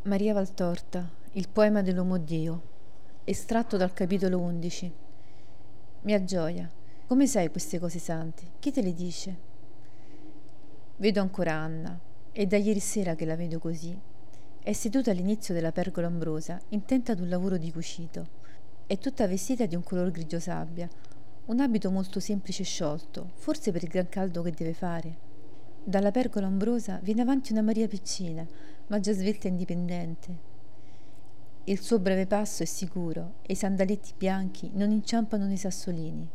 Maria Valtorta, il poema dell'uomo Dio, estratto dal capitolo 11. Mia gioia, come sai queste cose sante? Chi te le dice? Vedo ancora Anna, è da ieri sera che la vedo così. È seduta all'inizio della pergola ombrosa, intenta ad un lavoro di cucito. È tutta vestita di un color grigio sabbia, un abito molto semplice e sciolto, forse per il gran caldo che deve fare. Dalla pergola ombrosa viene avanti una Maria piccina, ma già svelta e indipendente. Il suo breve passo è sicuro e i sandaletti bianchi non inciampano nei sassolini.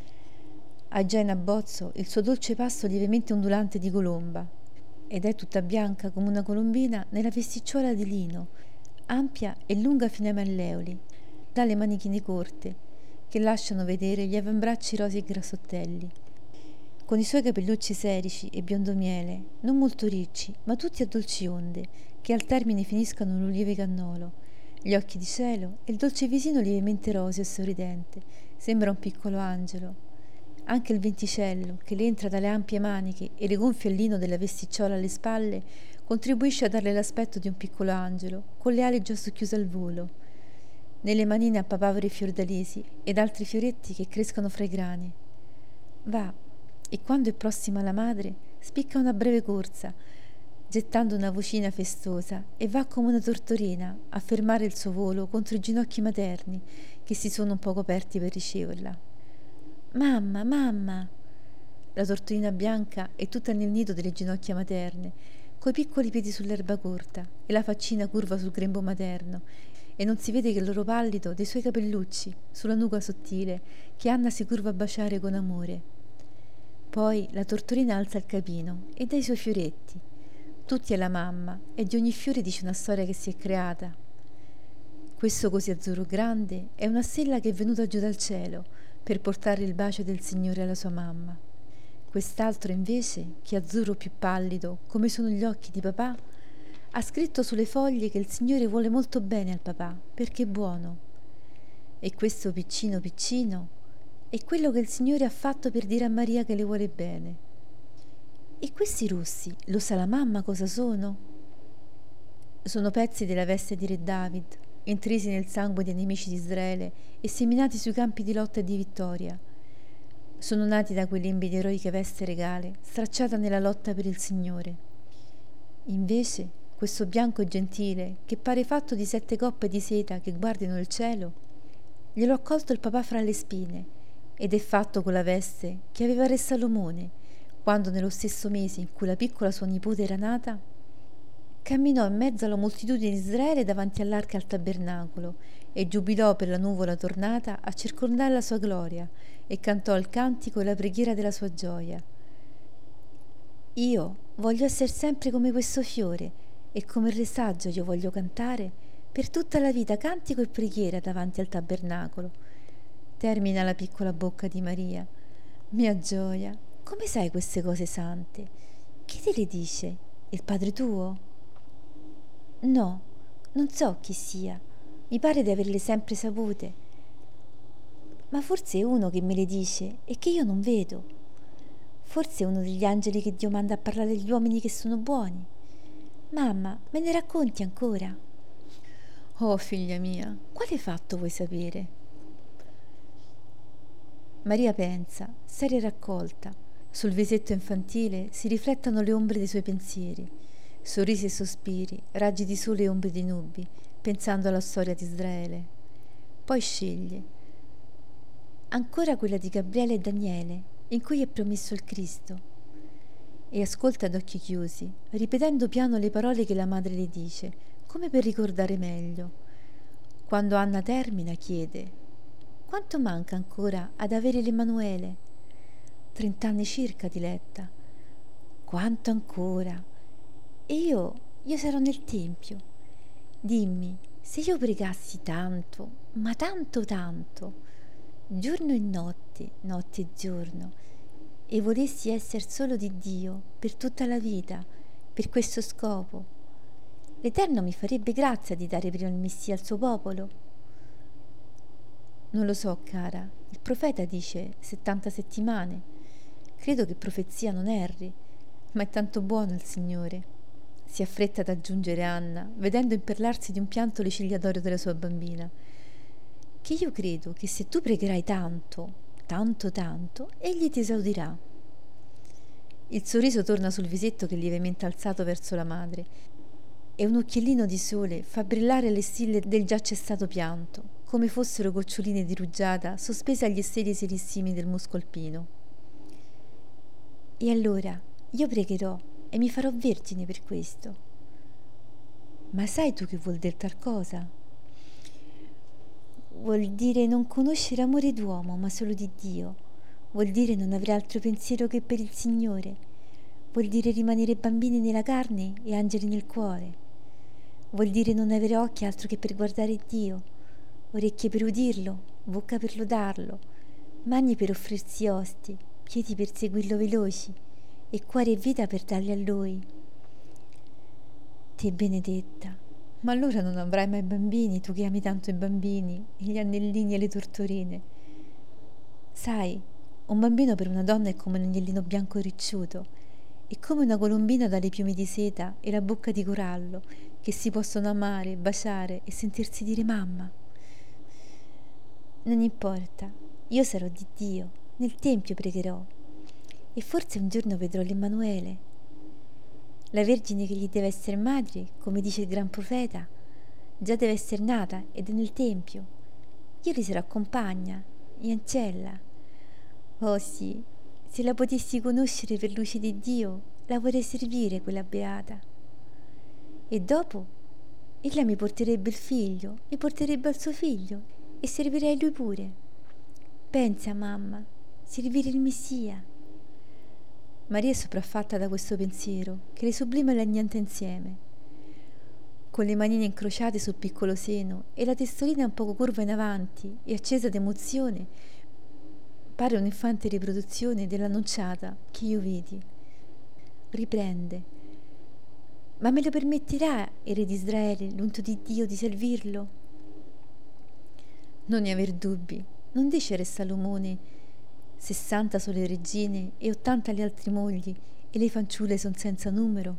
Ha già in abbozzo il suo dolce passo lievemente ondulante di colomba ed è tutta bianca come una colombina nella vesticciola di lino, ampia e lunga fino ai malleoli, dalle manichine corte che lasciano vedere gli avambracci rosi e grassottelli. Con i suoi capellucci serici e biondo miele, non molto ricci, ma tutti a dolci onde, che al termine finiscono in un lieve cannolo, gli occhi di cielo e il dolce visino lievemente roseo e sorridente, sembra un piccolo angelo. Anche il venticello, che le entra dalle ampie maniche e le gonfie lino della vesticciola alle spalle, contribuisce a darle l'aspetto di un piccolo angelo, con le ali già socchiuse al volo. Nelle manine ha papaveri fiordalisi ed altri fioretti che crescono fra i grani. Va, e quando è prossima alla madre, spicca una breve corsa, gettando una vocina festosa, e va come una tortorina a fermare il suo volo contro i ginocchi materni, che si sono un poco aperti per riceverla. Mamma, mamma! La tortorina bianca è tutta nel nido delle ginocchia materne, coi piccoli piedi sull'erba corta e la faccina curva sul grembo materno, e non si vede che il loro pallido dei suoi capellucci sulla nuca sottile che Anna si curva a baciare con amore. Poi la tortorina alza il capino e dà i suoi fioretti, tutti alla mamma, e di ogni fiore dice una storia che si è creata. Questo così azzurro grande è una stella che è venuta giù dal cielo per portare il bacio del Signore alla sua mamma. Quest'altro invece, che è azzurro più pallido, come sono gli occhi di papà, ha scritto sulle foglie che il Signore vuole molto bene al papà, perché è buono. E questo piccino piccino è quello che il Signore ha fatto per dire a Maria che le vuole bene. E questi rossi, lo sa la mamma cosa sono? Sono pezzi della veste di Re David, intrisi nel sangue dei nemici di Israele e seminati sui campi di lotta e di vittoria. Sono nati da quei lembi di eroica veste regale, stracciata nella lotta per il Signore. Invece, questo bianco e gentile, che pare fatto di 7 coppe di seta che guardino il cielo, glielo ha colto il papà fra le spine, ed è fatto con la veste che aveva re Salomone, quando nello stesso mese in cui la piccola sua nipote era nata, camminò in mezzo alla moltitudine di Israele davanti all'arca al tabernacolo e giubilò per la nuvola tornata a circondare la sua gloria e cantò il cantico e la preghiera della sua gioia. Io voglio essere sempre come questo fiore e come il re saggio io voglio cantare per tutta la vita cantico e preghiera davanti al tabernacolo. Termina la piccola bocca di Maria. Mia gioia, come sai queste cose sante? Chi te le dice? Il padre tuo? No, non so chi sia. Mi pare di averle sempre sapute. Ma forse è uno che me le dice e che io non vedo. Forse è uno degli angeli che Dio manda a parlare agli uomini che sono buoni. Mamma, me ne racconti ancora? Oh, figlia mia, quale fatto vuoi sapere? Maria pensa, seria e raccolta. Sul visetto infantile si riflettono le ombre dei suoi pensieri, sorrisi e sospiri, raggi di sole e ombre di nubi, pensando alla storia di Israele. Poi sceglie. Ancora quella di Gabriele e Daniele, in cui è promesso il Cristo. E ascolta ad occhi chiusi, ripetendo piano le parole che la madre le dice, come per ricordare meglio. Quando Anna termina, chiede: quanto manca ancora ad avere l'Emanuele? 30 anni circa, diletta. Quanto ancora? E io sarò nel Tempio. Dimmi, se io pregassi tanto, ma tanto tanto, giorno e notte, notte e giorno, e volessi essere solo di Dio per tutta la vita, per questo scopo, l'Eterno mi farebbe grazia di dare prima il Messia al suo popolo? Non lo so, cara. Il profeta dice 70 settimane. Credo che profezia non erri, ma è tanto buono il Signore. si affretta ad aggiungere Anna, vedendo imperlarsi di un pianto le ciglia d'oro della sua bambina, che io credo che se tu pregherai tanto, tanto, tanto, egli ti esaudirà. Il sorriso torna sul visetto che è lievemente alzato verso la madre e un occhiellino di sole fa brillare le stille del già cessato pianto, come fossero goccioline di rugiada sospese agli steli serissimi del musco alpino. E allora io pregherò e mi farò vergine per questo. Ma sai tu che vuol dire tal cosa? Vuol dire non conoscere amore d'uomo, ma solo di Dio. Vuol dire non avere altro pensiero che per il Signore. Vuol dire rimanere bambini nella carne e angeli nel cuore. Vuol dire non avere occhi altro che per guardare Dio, orecchie per udirlo, bocca per lodarlo, mani per offrirsi osti, piedi per seguirlo veloci e cuore e vita per darli a Lui. Te benedetta, ma allora non avrai mai bambini, tu che ami tanto i bambini, e gli anellini e le tortorine. Sai, un bambino per una donna è come un agnellino bianco ricciuto, è come una colombina dalle piume di seta e la bocca di corallo, che si possono amare, baciare e sentirsi dire mamma. Non importa, io sarò di Dio, nel Tempio pregherò, e forse un giorno vedrò l'Emmanuele. La Vergine che gli deve essere madre, come dice il gran profeta, già deve essere nata ed è nel Tempio. Io gli sarò compagna e ancella. Oh sì, se la potessi conoscere per luce di Dio, la vorrei servire quella beata. E dopo, ella mi porterebbe il figlio, mi porterebbe al suo figlio e servirei lui pure. Pensa, mamma, servire il Messia. Maria è sopraffatta da questo pensiero, che le sublima e le annienta insieme. Con le manine incrociate sul piccolo seno e la testolina un poco curva in avanti e accesa d'emozione, pare un'infante riproduzione dell'annunciata che io vidi. Riprende. Ma me lo permetterà, il re di Israele, l'unto di Dio, di servirlo? Non ne aver dubbi, non dice re Salomone, 60 sono le regine e 80 le altre mogli, e le fanciulle son senza numero.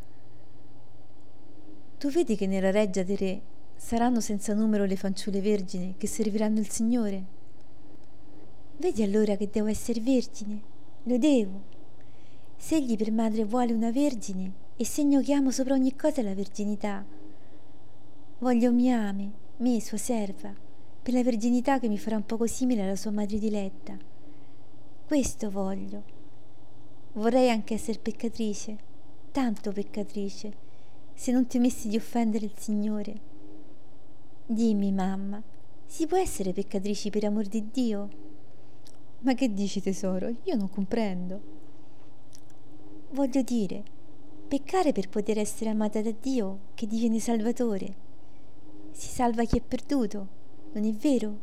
Tu vedi che nella reggia dei re saranno senza numero le fanciulle vergini che serviranno il Signore? Vedi allora che devo essere vergine? Lo devo. Se egli per madre vuole una vergine, e segno che amo sopra ogni cosa la verginità, voglio mi ami, me, sua serva, per la verginità che mi farà un poco simile alla sua madre diletta. Questo voglio. Vorrei anche essere peccatrice, tanto peccatrice, se non temessi di offendere il Signore. Dimmi, mamma, si può essere peccatrici per amor di Dio? Ma che dici, tesoro? Io non comprendo. Voglio dire, peccare per poter essere amata da Dio, che diviene Salvatore. Si salva chi è perduto, non è vero?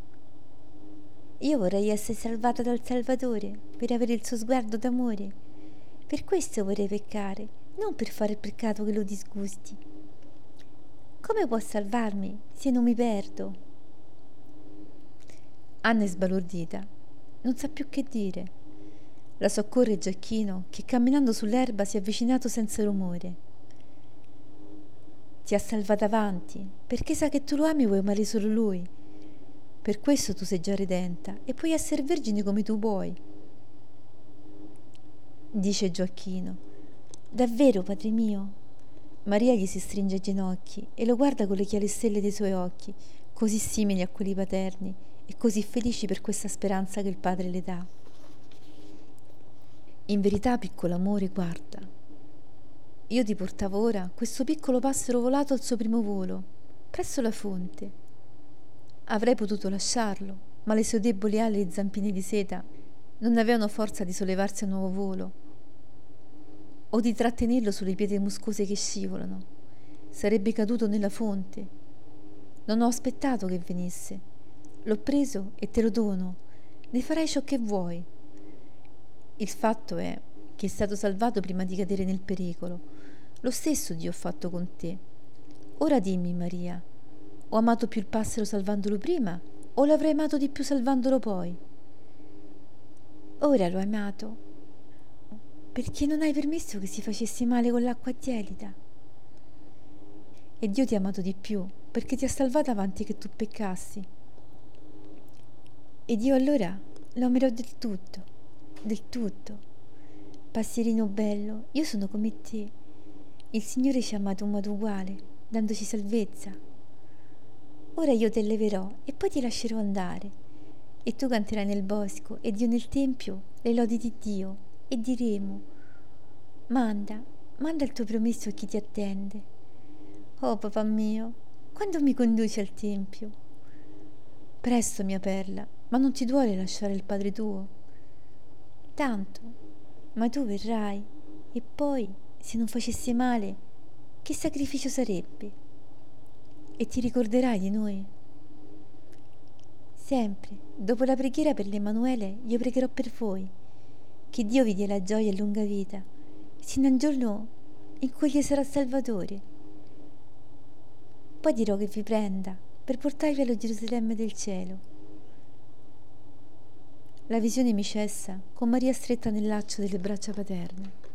Io vorrei essere salvata dal Salvatore, per avere il suo sguardo d'amore. Per questo vorrei peccare, non per fare il peccato che lo disgusti. Come può salvarmi se non mi perdo? Anna è sbalordita. Non sa più che dire. La soccorre Giacchino, che camminando sull'erba si è avvicinato senza rumore. Ti ha salvata avanti, perché sa che tu lo ami e vuoi amare solo lui. Per questo tu sei già redenta e puoi essere vergine come tu vuoi. Dice Gioacchino. Davvero, padre mio? Maria gli si stringe ai ginocchi e lo guarda con le chiare stelle dei suoi occhi, così simili a quelli paterni e così felici per questa speranza che il padre le dà. In verità, piccolo amore, guarda. Io ti portavo ora questo piccolo passero volato al suo primo volo, presso la fonte. Avrei potuto lasciarlo, ma le sue deboli ali e zampine di seta non avevano forza di sollevarsi a un nuovo volo, o di trattenerlo sulle pietre muscose che scivolano. Sarebbe caduto nella fonte. Non ho aspettato che venisse. L'ho preso e te lo dono. Ne farai ciò che vuoi. Il fatto è che è stato salvato prima di cadere nel pericolo. Lo stesso Dio ha fatto con te. Ora dimmi, Maria, ho amato più il passero salvandolo prima o l'avrei amato di più salvandolo poi? Ora l'ho amato. perché non hai permesso che si facesse male con l'acqua gelida. E Dio ti ha amato di più, perché ti ha salvata avanti che tu peccassi. Ed io allora lo amerò del tutto, del tutto. Passierino bello, io sono come te. Il Signore ci ha amato in modo uguale, dandoci salvezza. Ora io ti eleverò e poi ti lascerò andare. E tu canterai nel bosco ed io nel tempio le lodi di Dio e diremo: manda il tuo promesso a chi ti attende. Oh papà mio, quando mi conduci al tempio? Presto, mia perla, ma non ti duole lasciare il padre tuo? Tanto, ma tu verrai, e poi, se non facessi male, che sacrificio sarebbe? E ti ricorderai di noi? Sempre, dopo la preghiera per l'Emanuele, io pregherò per voi, che Dio vi dia la gioia e lunga vita, sino al giorno in cui gli sarà Salvatore. Poi dirò che vi prenda per portarvi alla Gerusalemme del cielo. La visione mi cessa con Maria stretta nel laccio delle braccia paterne.